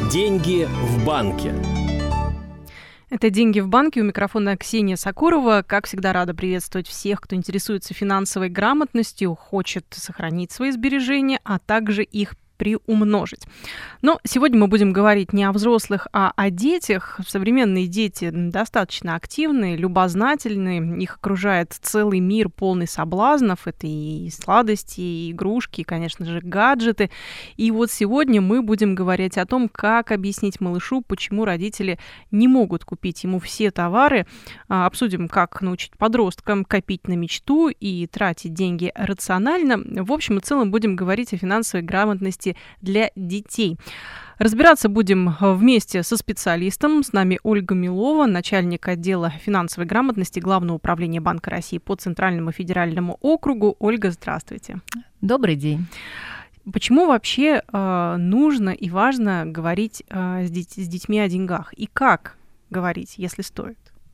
Деньги в банке. Это «Деньги в банке». У микрофона Ксения Сокурова. Как всегда, рада приветствовать всех, кто интересуется финансовой грамотностью, хочет сохранить свои сбережения, а также их приумножить. Но сегодня мы будем говорить не о взрослых, а о детях. Современные дети достаточно активные, любознательные. Их окружает целый мир, полный соблазнов. Это и сладости, и игрушки, и, конечно же, гаджеты. И вот сегодня мы будем говорить о том, как объяснить малышу, почему родители не могут купить ему все товары. Обсудим, как научить подросткам копить на мечту и тратить деньги рационально. В общем и целом будем говорить о финансовой грамотности для детей. Разбираться будем вместе со специалистом. С нами Ольга Милова, начальник отдела финансовой грамотности Главного управления Банка России по Центральному федеральному округу. Ольга, здравствуйте. Добрый день. Почему вообще нужно и важно говорить с детьми о деньгах? И как говорить, если стоит?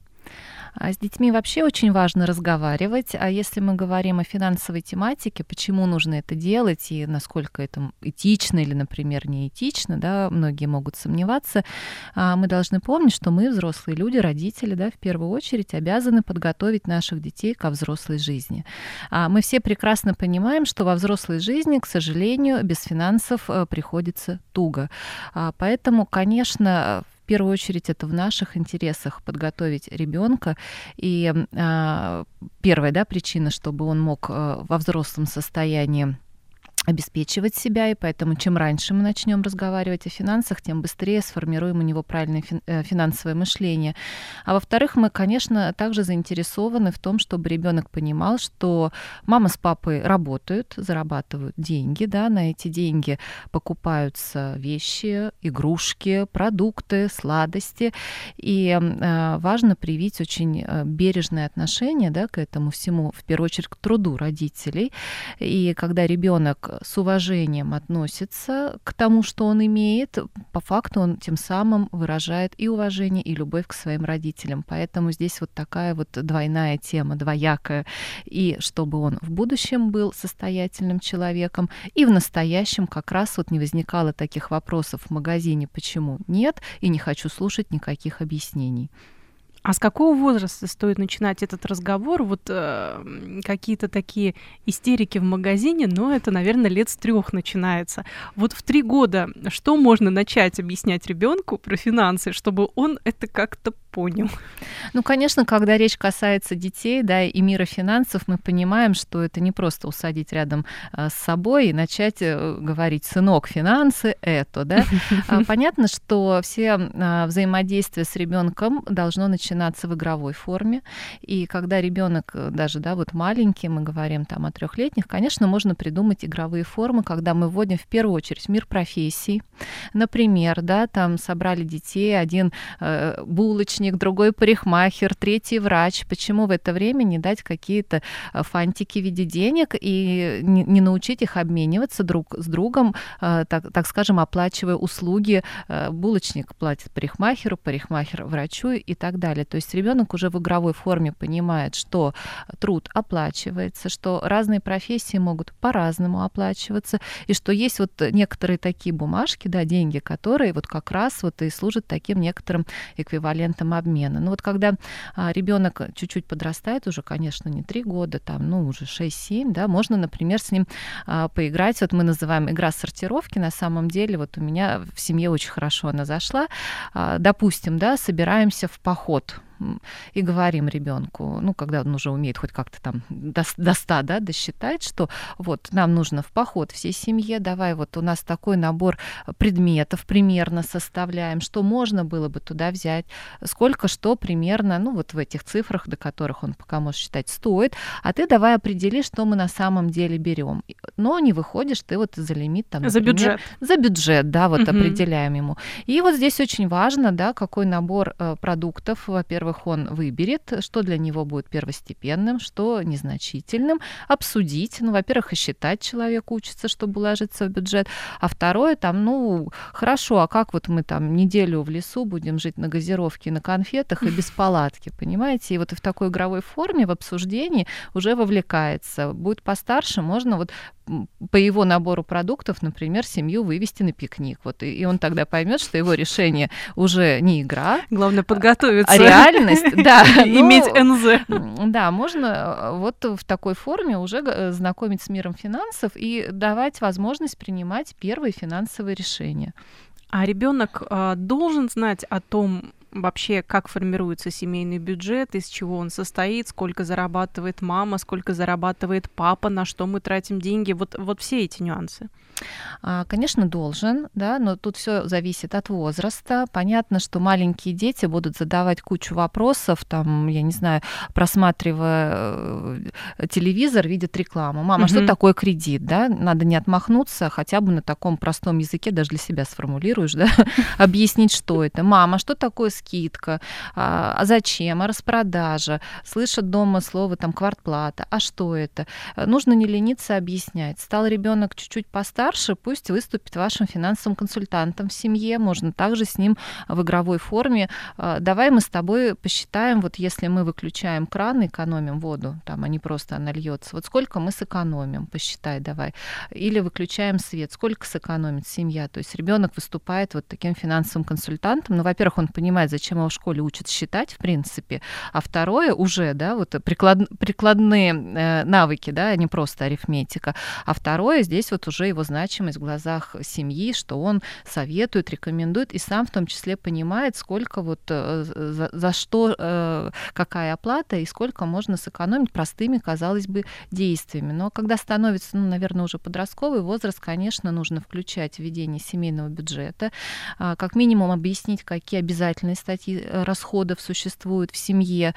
С детьми вообще очень важно разговаривать, а если мы говорим о финансовой тематике, почему нужно это делать и насколько это этично или, например, не этично, да, многие могут сомневаться, мы должны помнить, что мы, взрослые люди, родители, да, в первую очередь обязаны подготовить наших детей ко взрослой жизни. Мы все прекрасно понимаем, что во взрослой жизни, к сожалению, без финансов приходится туго. Поэтому, конечно, в первую очередь это в наших интересах подготовить ребенка. И первая, да, причина, чтобы он мог во взрослом состоянии обеспечивать себя, и поэтому чем раньше мы начнем разговаривать о финансах, тем быстрее сформируем у него правильное финансовое мышление. А во-вторых, мы, конечно, также заинтересованы в том, чтобы ребенок понимал, что мама с папой работают, зарабатывают деньги, да, на эти деньги покупаются вещи, игрушки, продукты, сладости, и важно привить очень бережное отношение, да, к этому всему, в первую очередь к труду родителей. И когда ребенок с уважением относится к тому, что он имеет, по факту он тем самым выражает и уважение, и любовь к своим родителям. Поэтому здесь вот такая вот двойная тема, двоякая. И чтобы он в будущем был состоятельным человеком, и в настоящем как раз вот не возникало таких вопросов в магазине, почему нет, и не хочу слушать никаких объяснений. А с какого возраста стоит начинать этот разговор? Вот какие-то такие истерики в магазине, но это, наверное, лет с 3 начинается. Вот в 3 года что можно начать объяснять ребенку про финансы, чтобы он это как-то понял? Ну, конечно, когда речь касается детей, да, и мира финансов, мы понимаем, что это не просто усадить рядом с собой и начать говорить: сынок, финансы это, да. Понятно, что все взаимодействие с ребенком должно начинаться в игровой форме. И когда ребенок даже, да, вот маленький, мы говорим там о 3-летних, конечно, можно придумать игровые формы, когда мы вводим в первую очередь мир профессий. Например, да, там собрали детей, один булочник, другой парикмахер, третий врач. Почему в это время не дать какие-то фантики в виде денег и не научить их обмениваться друг с другом, так скажем, оплачивая услуги? Булочник платит парикмахеру, парикмахер врачу и так далее. То есть ребенок уже в игровой форме понимает, что труд оплачивается, что разные профессии могут по-разному оплачиваться, и что есть вот некоторые такие бумажки, да, деньги, которые вот как раз вот и служат таким некоторым эквивалентом обмена. Но вот когда ребенок чуть-чуть подрастает, уже, конечно, не 3 года, там, ну, уже 6-7, да, можно, например, с ним поиграть. Вот мы называем игра сортировки. На самом деле, вот у меня в семье очень хорошо она зашла. Допустим, да, собираемся в поход и говорим ребенку, ну, когда он уже умеет хоть как-то там до 100, да, досчитать, что вот нам нужно в поход всей семье, давай вот у нас такой набор предметов примерно составляем, что можно было бы туда взять, сколько что примерно, ну, вот в этих цифрах, до которых он пока может считать, стоит, а ты давай определи, что мы на самом деле берем. Но не выходишь ты вот за лимит, там, например, за бюджет, да, вот определяем ему. И вот здесь очень важно, да, какой набор продуктов, во-первых, он выберет, что для него будет первостепенным, что незначительным, обсудить. Ну, во-первых, и считать человек учится, чтобы уложиться в бюджет. А второе, там, ну, хорошо, а как вот мы там неделю в лесу будем жить на газировке, на конфетах и без палатки, понимаете? И вот и в такой игровой форме, в обсуждении уже вовлекается. Будет постарше, можно вот по его набору продуктов, например, семью вывести на пикник. Вот, и он тогда поймет, что его решение уже не игра. Главное подготовиться. А реальность, да. Иметь НЗ. Да, можно вот в такой форме уже знакомить с миром финансов и давать возможность принимать первые финансовые решения. А ребенок должен знать о том, вообще, как формируется семейный бюджет, из чего он состоит, сколько зарабатывает мама, сколько зарабатывает папа, на что мы тратим деньги, вот все эти нюансы. Конечно, должен, да, но тут все зависит от возраста. Понятно, что маленькие дети будут задавать кучу вопросов, там, я не знаю, просматривая телевизор, видят рекламу. Мама, что такое кредит, да? Надо не отмахнуться, хотя бы на таком простом языке, даже для себя сформулируешь, да, объяснить, что это. Мама, что такое скидка? А зачем? А распродажа? Слышат дома слово там квартплата. А что это? Нужно не лениться объяснять. Стал ребенок чуть-чуть постарше, пусть выступит вашим финансовым консультантом в семье, можно также с ним в игровой форме. Давай мы с тобой посчитаем, вот если мы выключаем кран и экономим воду, там, а не просто она льется, вот сколько мы сэкономим, посчитай давай. Или выключаем свет, сколько сэкономит семья. То есть ребенок выступает вот таким финансовым консультантом. Ну, во-первых, он понимает, зачем его в школе учат считать, в принципе, а второе уже, да, вот прикладные навыки, да, а не просто арифметика. А второе, здесь вот уже его значимость в глазах семьи, что он советует, рекомендует и сам в том числе понимает, сколько вот за что, какая оплата и сколько можно сэкономить простыми, казалось бы, действиями. Но когда становится, наверное, уже подростковый возраст, конечно, нужно включать введение семейного бюджета, как минимум объяснить, какие обязательные статьи расходов существуют в семье,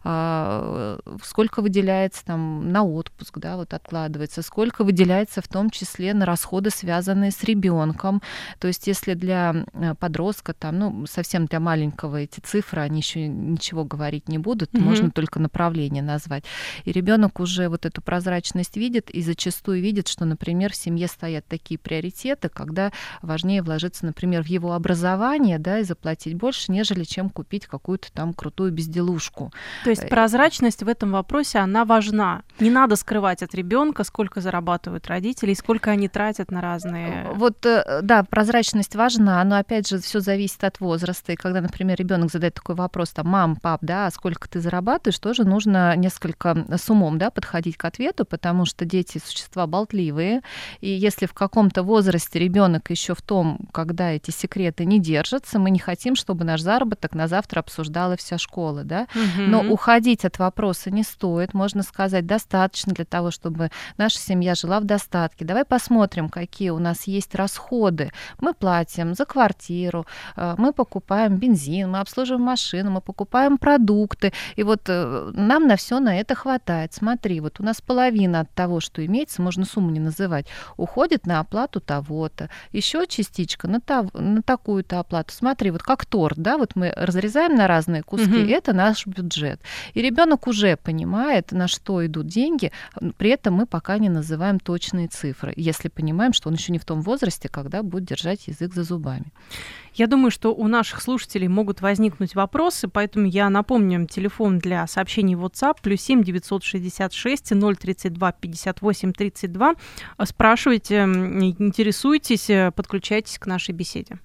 сколько выделяется там на отпуск, да, вот откладывается, сколько выделяется в том числе на расходы, связанные с ребенком. То есть если для подростка, там, ну, совсем для маленького эти цифры, они еще ничего говорить не будут, можно только направление назвать. И ребенок уже вот эту прозрачность видит и зачастую видит, что, например, в семье стоят такие приоритеты, когда важнее вложиться, например, в его образование, да, и заплатить больше, нежели чем купить какую-то там крутую безделушку. То есть прозрачность в этом вопросе, она важна. Не надо скрывать от ребенка, сколько зарабатывают родители, сколько они тратят на разные... Вот, да, прозрачность важна, но, опять же, все зависит от возраста. И когда, например, ребенок задает такой вопрос, там, мам, пап, да, а сколько ты зарабатываешь, тоже нужно несколько с умом, да, подходить к ответу, потому что дети — существа болтливые, и если в каком-то возрасте ребенок еще в том, когда эти секреты не держатся, мы не хотим, чтобы наш заработок на завтра обсуждала вся школа, да, но уходить от вопроса не стоит, можно сказать, достаточно для того, чтобы наша семья жила в достатке. Давай посмотрим, какие у нас есть расходы. Мы платим за квартиру, мы покупаем бензин, мы обслуживаем машину, мы покупаем продукты. И вот нам на все на это хватает. Смотри, вот у нас половина от того, что имеется, можно сумму не называть, уходит на оплату того-то. Еще частичка на такую-то оплату. Смотри, вот как торт, да, вот мы разрезаем на разные куски, это наш бюджет. И ребенок уже понимает, на что идут деньги, при этом мы пока не называем точные цифры, если понимаем, что он еще не в том возрасте, когда будет держать язык за зубами. Я думаю, что у наших слушателей могут возникнуть вопросы, поэтому я напомню телефон для сообщений в WhatsApp +7 966 032 58 32. Спрашивайте, интересуйтесь, подключайтесь к нашей беседе.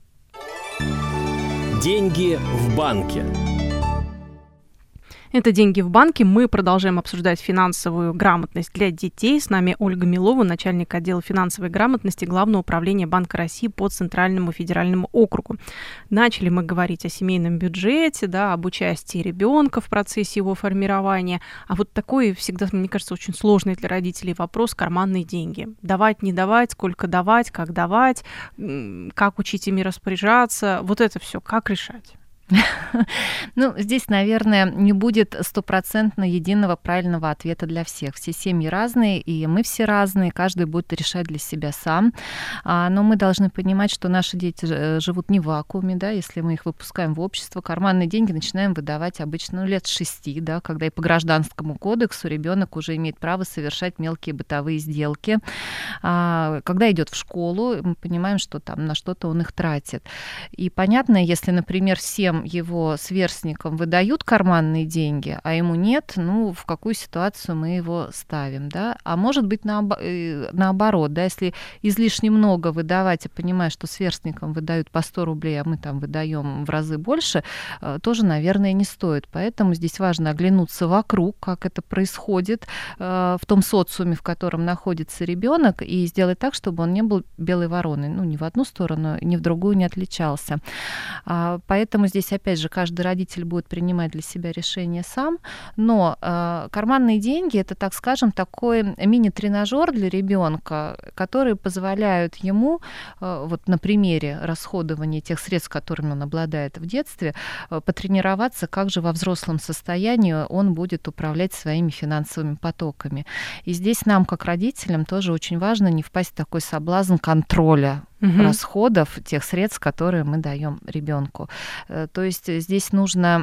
Деньги в банке. Это «Деньги в банке». Мы продолжаем обсуждать финансовую грамотность для детей. С нами Ольга Милова, начальник отдела финансовой грамотности Главного управления Банка России по Центральному федеральному округу. Начали мы говорить о семейном бюджете, да, об участии ребенка в процессе его формирования. А вот такой всегда, мне кажется, очень сложный для родителей вопрос — карманные деньги. Давать, не давать, сколько давать, как учить ими распоряжаться. Вот это все как решать? Ну, здесь, наверное, не будет стопроцентно единого правильного ответа для всех. Все семьи разные, и мы все разные, каждый будет решать для себя сам. Но мы должны понимать, что наши дети живут не в вакууме, да, если мы их выпускаем в общество. Карманные деньги начинаем выдавать обычно лет с 6, да, когда и по Гражданскому кодексу ребенок уже имеет право совершать мелкие бытовые сделки. Когда идет в школу, мы понимаем, что там на что-то он их тратит. И понятно, если, например, всем всем его сверстникам выдают карманные деньги, а ему нет, ну, в какую ситуацию мы его ставим, да? А может быть наоборот, да, если излишне много выдавать, и понимая, что сверстникам выдают по 100 рублей, а мы там выдаем в разы больше, тоже, наверное, не стоит. Поэтому здесь важно оглянуться вокруг, как это происходит в том социуме, в котором находится ребенок, и сделать так, чтобы он не был белой вороной, ну, ни в одну сторону, ни в другую не отличался. Поэтому здесь, опять же, каждый родитель будет принимать для себя решение сам, но карманные деньги — это, так скажем, такой мини-тренажер для ребенка, который позволяют ему, вот на примере расходования тех средств, которыми он обладает в детстве, потренироваться, как же во взрослом состоянии он будет управлять своими финансовыми потоками. И здесь нам, как родителям, тоже очень важно не впасть в такой соблазн контроля расходов тех средств, которые мы даем ребенку. То есть здесь нужно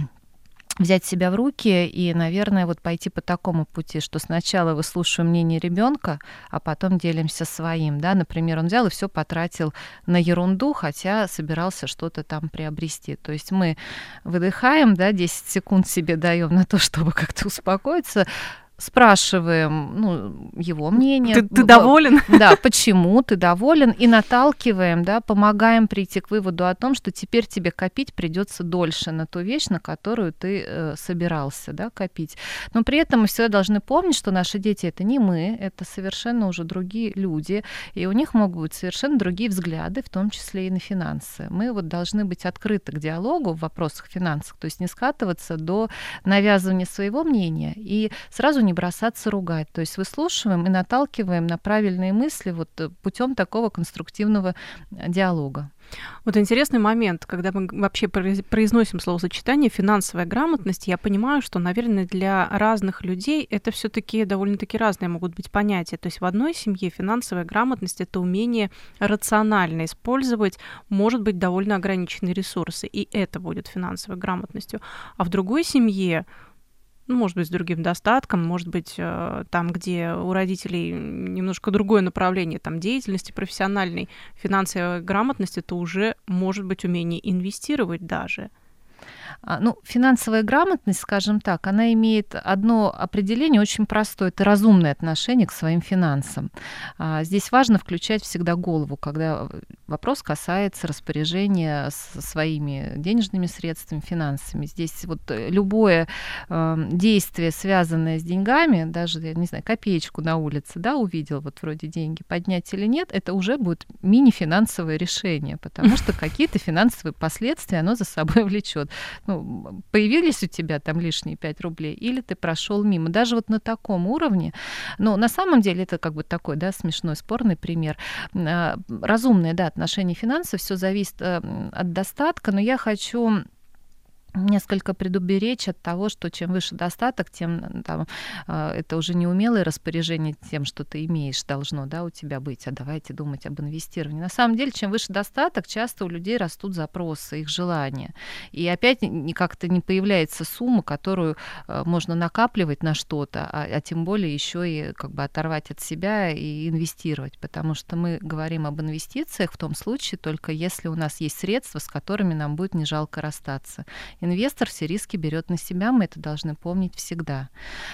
взять себя в руки и, наверное, вот пойти по такому пути, что сначала выслушиваем мнение ребенка, а потом делимся своим, да, например, он взял и все потратил на ерунду, хотя собирался что-то там приобрести. То есть мы выдыхаем, да, 10 секунд себе даем на то, чтобы как-то успокоиться, спрашиваем, ну, его мнение. Ты доволен? Да, почему ты доволен, и наталкиваем, да, помогаем прийти к выводу о том, что теперь тебе копить придется дольше на ту вещь, на которую ты собирался, да, копить. Но при этом мы всегда должны помнить, что наши дети — это не мы, это совершенно уже другие люди, и у них могут быть совершенно другие взгляды, в том числе и на финансы. Мы вот должны быть открыты к диалогу в вопросах финансов, то есть не скатываться до навязывания своего мнения и сразу не бросаться ругать. То есть выслушиваем и наталкиваем на правильные мысли вот путем такого конструктивного диалога. Вот интересный момент, когда мы вообще произносим словосочетание «финансовая грамотность», я понимаю, что, наверное, для разных людей это все-таки довольно-таки разные могут быть понятия. То есть в одной семье финансовая грамотность — это умение рационально использовать, может быть, довольно ограниченные ресурсы, и это будет финансовой грамотностью. А в другой семье, ну, может быть, с другим достатком, может быть, там, где у родителей немножко другое направление, там, деятельности профессиональной, финансовая грамотность — это уже, может быть, умение инвестировать даже. Ну, финансовая грамотность, скажем так, она имеет одно определение очень простое — это разумное отношение к своим финансам. Здесь важно включать всегда голову, когда вопрос касается распоряжения своими денежными средствами, финансами. Здесь вот любое действие, связанное с деньгами, даже, я не знаю, копеечку на улице, да, увидел, вот вроде деньги, поднять или нет, это уже будет мини-финансовое решение, потому что какие-то финансовые последствия оно за собой влечет. Ну, появились у тебя там лишние 5 рублей, или ты прошел мимо. Даже вот на таком уровне, но на самом деле это как бы такой, да, смешной, спорный пример. Разумное, да, отношение финансов, все зависит от достатка, но я хочу несколько предуберечь от того, что чем выше достаток, тем там, это уже не умелое распоряжение тем, что ты имеешь, должно, да, у тебя быть, а давайте думать об инвестировании. На самом деле, чем выше достаток, часто у людей растут запросы, их желания. И опять как-то не появляется сумма, которую можно накапливать на что-то, а тем более еще и как бы оторвать от себя и инвестировать, потому что мы говорим об инвестициях в том случае только если у нас есть средства, с которыми нам будет не жалко расстаться. Инвестор все риски берет на себя, мы это должны помнить всегда.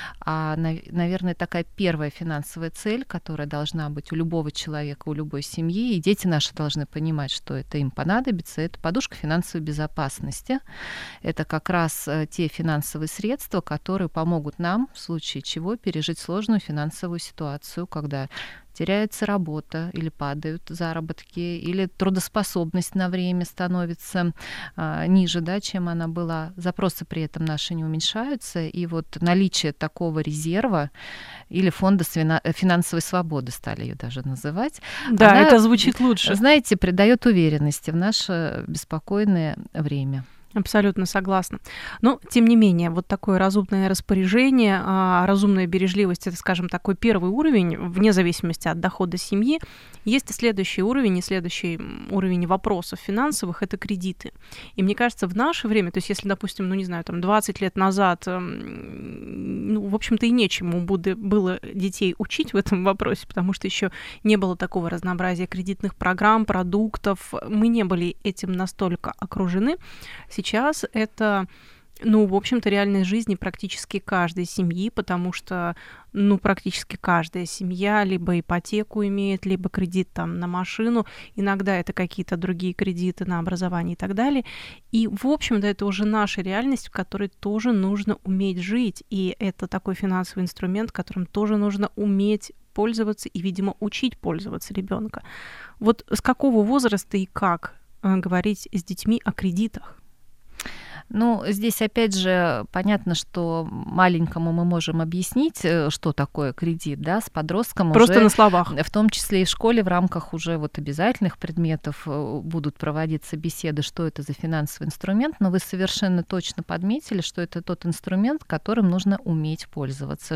А, наверное, такая первая финансовая цель, которая должна быть у любого человека, у любой семьи, и дети наши должны понимать, что это им понадобится, это подушка финансовой безопасности. Это как раз те финансовые средства, которые помогут нам, в случае чего, пережить сложную финансовую ситуацию, когда теряется работа или падают заработки, или трудоспособность на время становится ниже, да, чем она была. Запросы при этом наши не уменьшаются, и вот наличие такого резерва или фонда финансовой свободы, стали ее даже называть. Да, она, это звучит лучше. Знаете, придает уверенности в наше беспокойное время. Абсолютно согласна. Но, тем не менее, вот такое разумное распоряжение, разумная бережливость — это, скажем, такой первый уровень, вне зависимости от дохода семьи. Есть и следующий уровень вопросов финансовых — это кредиты. И мне кажется, в наше время, то есть если, допустим, ну, не знаю, там 20 лет назад, ну, в общем-то, и нечему было детей учить в этом вопросе, потому что еще не было такого разнообразия кредитных программ, продуктов, мы не были этим настолько окружены. сейчас это, ну, в общем-то, реальность жизни практически каждой семьи, потому что, ну, практически каждая семья либо ипотеку имеет, либо кредит там на машину, иногда это какие-то другие кредиты на образование и так далее. И, в общем-то, это уже наша реальность, в которой тоже нужно уметь жить, и это такой финансовый инструмент, которым тоже нужно уметь пользоваться и, видимо, учить пользоваться ребенка. Вот с какого возраста и как говорить с детьми о кредитах? Ну, здесь, опять же, понятно, что маленькому мы можем объяснить, что такое кредит, да, с подростком просто уже, на словах. в том числе и в школе в рамках уже вот обязательных предметов будут проводиться беседы, что это за финансовый инструмент, но вы совершенно точно подметили, что это тот инструмент, которым нужно уметь пользоваться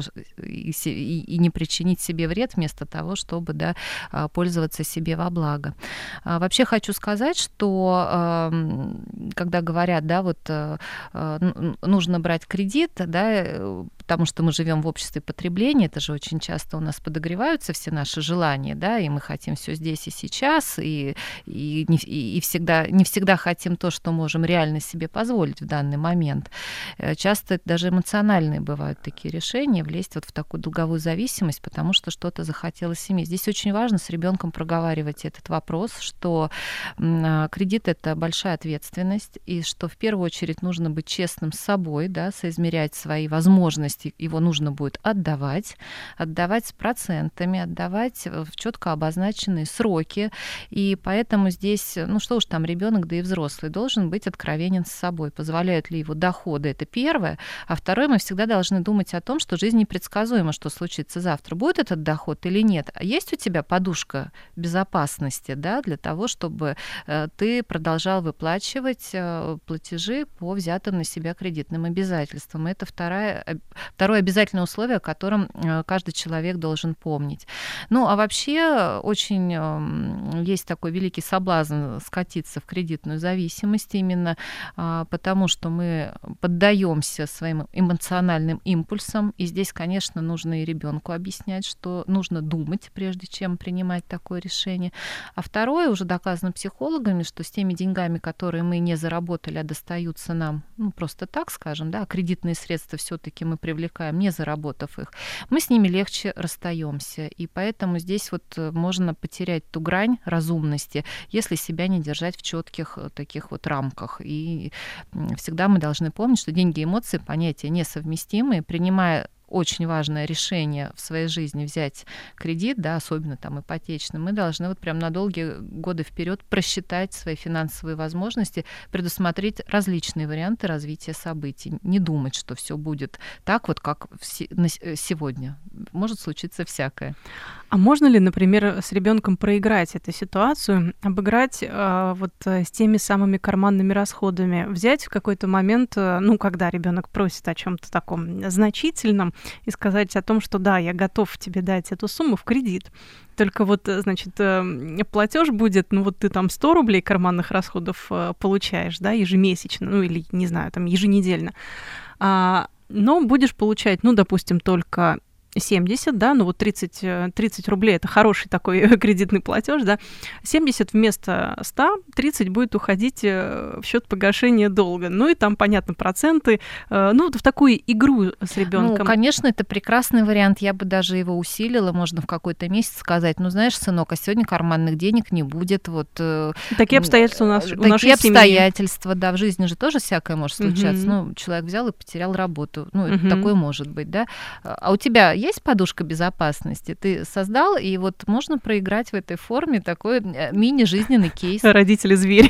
и не причинить себе вред вместо того, чтобы, да, пользоваться себе во благо. Вообще хочу сказать, что когда говорят, да, вот нужно брать кредит, да, потому что мы живем в обществе потребления, это же очень часто у нас подогреваются все наши желания, да, и мы хотим все здесь и сейчас, и не всегда хотим то, что можем реально себе позволить в данный момент. Часто даже эмоциональные бывают такие решения, влезть вот в такую долговую зависимость, потому что что-то захотелось иметь. Здесь очень важно с ребенком проговаривать этот вопрос, что кредит — это большая ответственность, и что в первую очередь нужно быть честным с собой, да, соизмерять свои возможности, его нужно будет отдавать с процентами, отдавать в четко обозначенные сроки, и поэтому здесь, ну что уж там, ребенок, да и взрослый должен быть откровенен с собой, позволяют ли его доходы, это первое, а второе, мы всегда должны думать о том, что жизнь непредсказуема, что случится завтра, будет этот доход или нет, а есть у тебя подушка безопасности, да, для того, чтобы ты продолжал выплачивать платежи по взятым на себя кредитным обязательствам. Это второе обязательное условие, о котором каждый человек должен помнить. Ну, а вообще очень есть такой великий соблазн скатиться в кредитную зависимость именно потому, что мы поддаемся своим эмоциональным импульсам. И здесь, конечно, нужно и ребенку объяснять, что нужно думать, прежде чем принимать такое решение. А второе, уже доказано психологами, что с теми деньгами, которые мы не заработали, а достаются нам, ну, просто так скажем, да, кредитные средства все-таки мы привлекаем, не заработав их, мы с ними легче расстаемся. И поэтому здесь вот можно потерять ту грань разумности, если себя не держать в четких таких вот рамках. И всегда мы должны помнить, что деньги и эмоции — понятия несовместимые. Принимая очень важное решение в своей жизни взять кредит, да, особенно там ипотечный, мы должны вот прям на долгие годы вперед просчитать свои финансовые возможности, предусмотреть различные варианты развития событий, не думать, что все будет так вот, как сегодня. Может случиться всякое. А можно ли, например, с ребенком проиграть эту ситуацию, обыграть вот с теми самыми карманными расходами, взять в какой-то момент, ну, когда ребенок просит о чем-то таком значительном, и сказать о том, что да, я готов тебе дать эту сумму в кредит. Только вот, значит, платеж будет, ну вот ты там 100 рублей карманных расходов получаешь, да, ежемесячно, ну или, не знаю, там еженедельно, но будешь получать, ну, допустим, только 70, да, ну вот 30 рублей — это хороший такой кредитный платеж, да, 70 вместо 100, 30 будет уходить в счет погашения долга. Ну и там, понятно, проценты, ну вот в такую игру с ребенком. Ну, конечно, это прекрасный вариант, я бы даже его усилила, можно в какой-то месяц сказать, ну, знаешь, сынок, а сегодня карманных денег не будет, вот. Такие обстоятельства у нашей семьи. Такие обстоятельства, да, в жизни же тоже всякое может случаться. Ну, человек взял и потерял работу, ну, такое может быть, да. А у тебя есть подушка безопасности? Ты создал, и вот можно проиграть в этой форме такой мини-жизненный кейс. Родители-звери.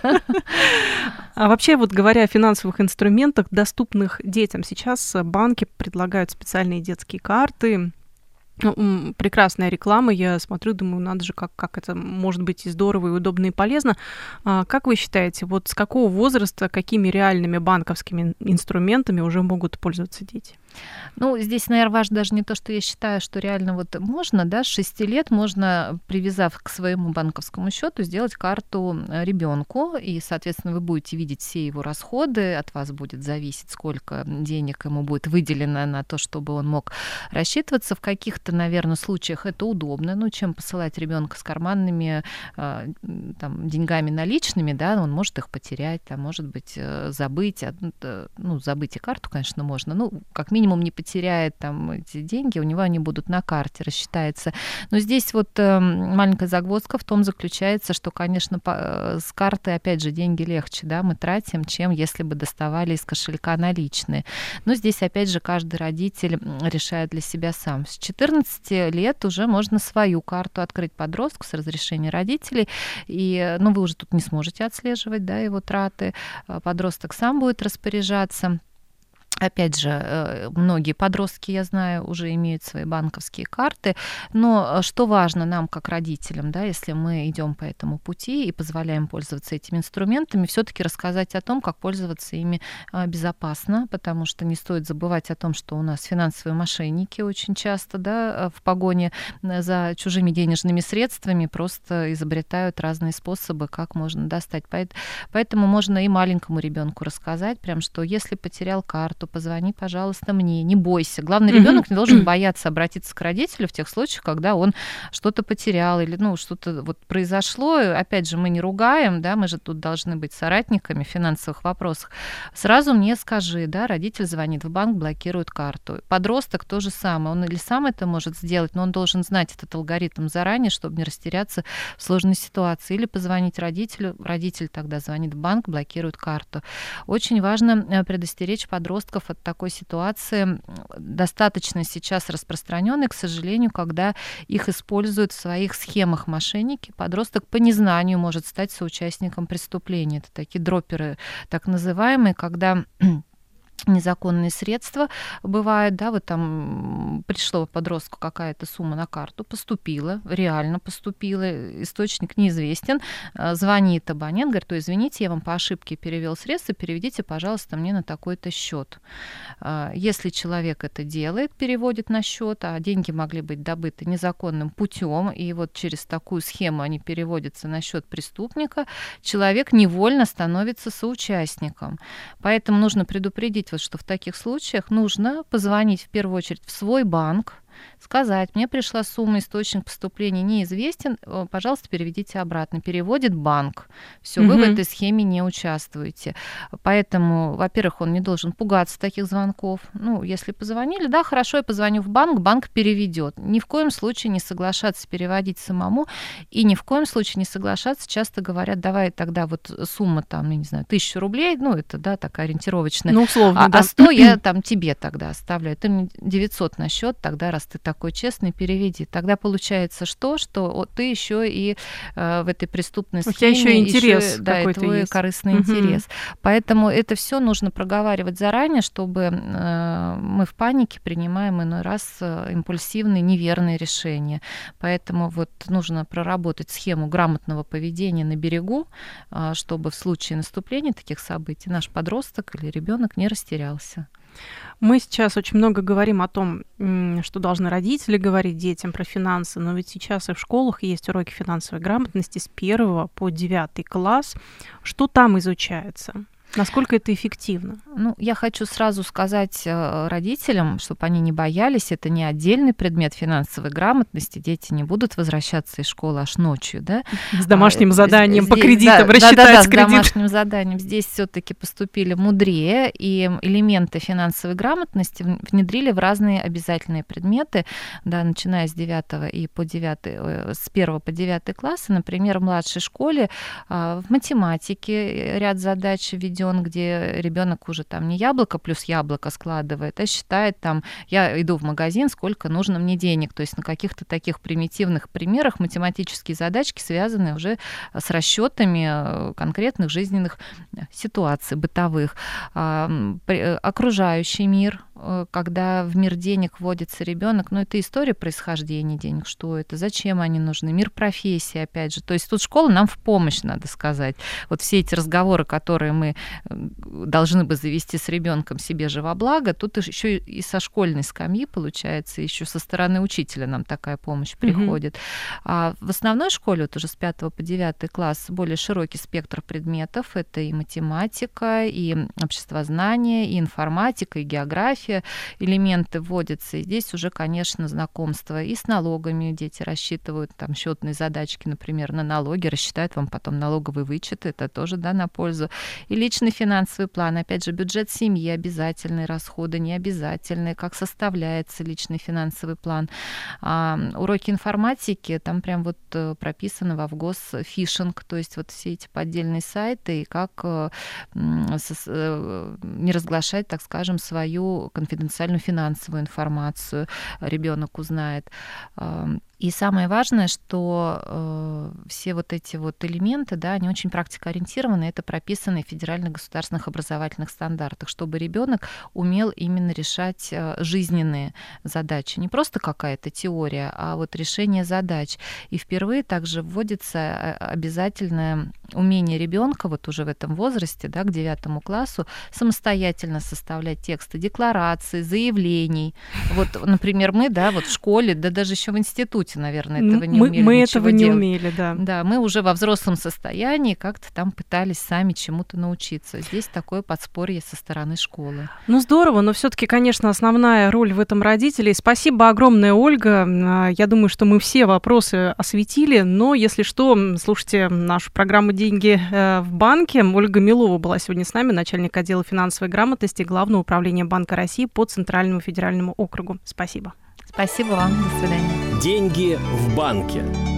А вообще, вот говоря о финансовых инструментах, доступных детям, сейчас банки предлагают специальные детские карты. Прекрасная реклама, я смотрю, думаю, надо же, как это может быть и здорово, и удобно, и полезно. Как вы считаете, вот с какого возраста, какими реальными банковскими инструментами уже могут пользоваться дети? Ну, здесь, наверное, важно даже не то, что я считаю, что реально вот можно, да, с 6 лет можно, привязав к своему банковскому счету, сделать карту ребенку, и, соответственно, вы будете видеть все его расходы, от вас будет зависеть, сколько денег ему будет выделено на то, чтобы он мог рассчитываться. В каких-то, наверное, случаях это удобно, ну, чем посылать ребенка с карманными там, деньгами наличными, да, он может их потерять, там, может быть, забыть, ну, забыть и карту, конечно, можно, ну, как минимум не потеряет там эти деньги, у него они будут на карте, рассчитается. Но здесь вот маленькая загвоздка в том заключается, что, конечно, с карты, опять же, деньги легче, да, мы тратим, чем если бы доставали из кошелька наличные. Но здесь, опять же, каждый родитель решает для себя сам. С 14 лет уже можно свою карту открыть подростку с разрешения родителей, и, ну, вы уже тут не сможете отслеживать, да, его траты, подросток сам будет распоряжаться. Опять же, многие подростки, я знаю, уже имеют свои банковские карты, но что важно нам, как родителям, да, если мы идем по этому пути и позволяем пользоваться этими инструментами, все-таки рассказать о том, как пользоваться ими безопасно, потому что не стоит забывать о том, что у нас финансовые мошенники очень часто, да, в погоне за чужими денежными средствами просто изобретают разные способы, как можно достать. Поэтому можно и маленькому ребенку рассказать, прям, что если потерял карту, позвони, пожалуйста, мне, не бойся. Главное, ребенок не должен бояться обратиться к родителю в тех случаях, когда он что-то потерял или, ну, что-то вот произошло. Опять же, мы не ругаем, да, мы же тут должны быть соратниками в финансовых вопросах. Сразу мне скажи, да, родитель звонит в банк, блокирует карту. Подросток то же самое. Он или сам это может сделать, но он должен знать этот алгоритм заранее, чтобы не растеряться в сложной ситуации. Или позвонить родителю, родитель тогда звонит в банк, блокирует карту. Очень важно предостеречь подростков от такой ситуации, достаточно сейчас распространенной, к сожалению, когда их используют в своих схемах мошенники. Подросток по незнанию может стать соучастником преступления. Это такие дроперы, так называемые, когда незаконные средства бывают, да, вот там пришло подростку какая-то сумма на карту, поступила, реально поступила, источник неизвестен, звонит абонент, говорит, то извините, я вам по ошибке перевел средства, переведите, пожалуйста, мне на такой-то счет. Если человек это делает, переводит на счет, а деньги могли быть добыты незаконным путем, и вот через такую схему они переводятся на счет преступника, человек невольно становится соучастником. Поэтому нужно предупредить, вот, что в таких случаях нужно позвонить в первую очередь в свой банк, сказать, мне пришла сумма, источник поступления неизвестен, пожалуйста, переведите обратно. Переводит банк. Все, вы в этой схеме не участвуете. Поэтому, во-первых, он не должен пугаться таких звонков. Ну, если позвонили, да, хорошо, я позвоню в банк, банк переведет. Ни в коем случае не соглашаться переводить самому, и ни в коем случае не соглашаться. Часто говорят, давай тогда вот сумма там, я не знаю, 1000 рублей, ну, это, да, такая ориентировочная. Ну, условно, да. А 100 я там тебе тогда оставляю. Ты мне 900 на счет, тогда раз ты такой честный, переведи. Тогда получается что ты еще и в этой преступной схеме. У тебя еще интерес да, какой-то твой есть. корыстный интерес. Поэтому это все нужно проговаривать заранее, чтобы мы в панике принимаем иной раз импульсивные, неверные решения. Поэтому вот нужно проработать схему грамотного поведения на берегу, чтобы в случае наступления таких событий наш подросток или ребенок не растерялся. Мы сейчас очень много говорим о том, что должны родители говорить детям про финансы, но ведь сейчас и в школах есть уроки финансовой грамотности с 1 по 9 класс. Что там изучается? Насколько это эффективно? Ну, я хочу сразу сказать родителям, чтобы они не боялись, это не отдельный предмет финансовой грамотности, дети не будут возвращаться из школы аж ночью, да? С домашним заданием здесь, по кредитам, да, рассчитать с кредит. домашним заданием. Здесь все-таки поступили мудрее, и элементы финансовой грамотности внедрили в разные обязательные предметы, да, начиная с 9 и по 9, с 1 по 9 классы, например, в младшей школе в математике ряд задач введен, где ребенок уже там не яблоко плюс яблоко складывает, а считает там, я иду в магазин, сколько нужно мне денег. То есть на каких-то таких примитивных примерах математические задачки связаны уже с расчетами конкретных жизненных ситуаций, бытовых. Окружающий мир когда в мир денег вводится ребенок, это история происхождения денег, что это, зачем они нужны, мир профессии, опять же. То есть тут школа нам в помощь, надо сказать. Вот все эти разговоры, которые мы должны бы завести с ребенком себе же во благо, тут еще и со школьной скамьи, получается, еще со стороны учителя нам такая помощь приходит. А в основной школе, вот уже с 5 по 9 класс, более широкий спектр предметов. Это и математика, и обществознание, и информатика, и география. Элементы вводятся. И здесь уже, конечно, знакомство и с налогами. Дети рассчитывают там счетные задачки, например, на налоги, рассчитают вам потом налоговый вычет. Это тоже, да, на пользу. И личный финансовый план. Опять же, бюджет семьи, обязательные расходы, необязательные, как составляется личный финансовый план. Уроки информатики, там прям вот прописано во ВГОС фишинг, то есть вот все эти поддельные сайты, и как не разглашать, так скажем, свою конфиденциальную финансовую информацию ребенок узнает. И самое важное, что все вот эти вот элементы, да, они очень практикоориентированы, это прописано в федеральных государственных образовательных стандартах, чтобы ребенок умел именно решать жизненные задачи. Не просто какая-то теория, а вот решение задач. И впервые также вводится обязательное умение ребенка вот уже в этом возрасте, да, к 9 классу, самостоятельно составлять тексты деклараций, заявлений. Вот, например, мы, да, вот в школе, да даже еще в институте, наверное, этого не умели. Мы этого не умели, да. Да, мы уже во взрослом состоянии как-то там пытались сами чему-то научиться. Здесь такое подспорье со стороны школы. Здорово, но все-таки, конечно, основная роль в этом родителей. Спасибо огромное, Ольга. Я думаю, что мы все вопросы осветили, но если что, слушайте нашу программу «Деньги в банке». Ольга Милова была сегодня с нами, начальник отдела финансовой грамотности Главного управления Банка России по Центральному федеральному округу. Спасибо. Спасибо вам. До свидания. Деньги в банке.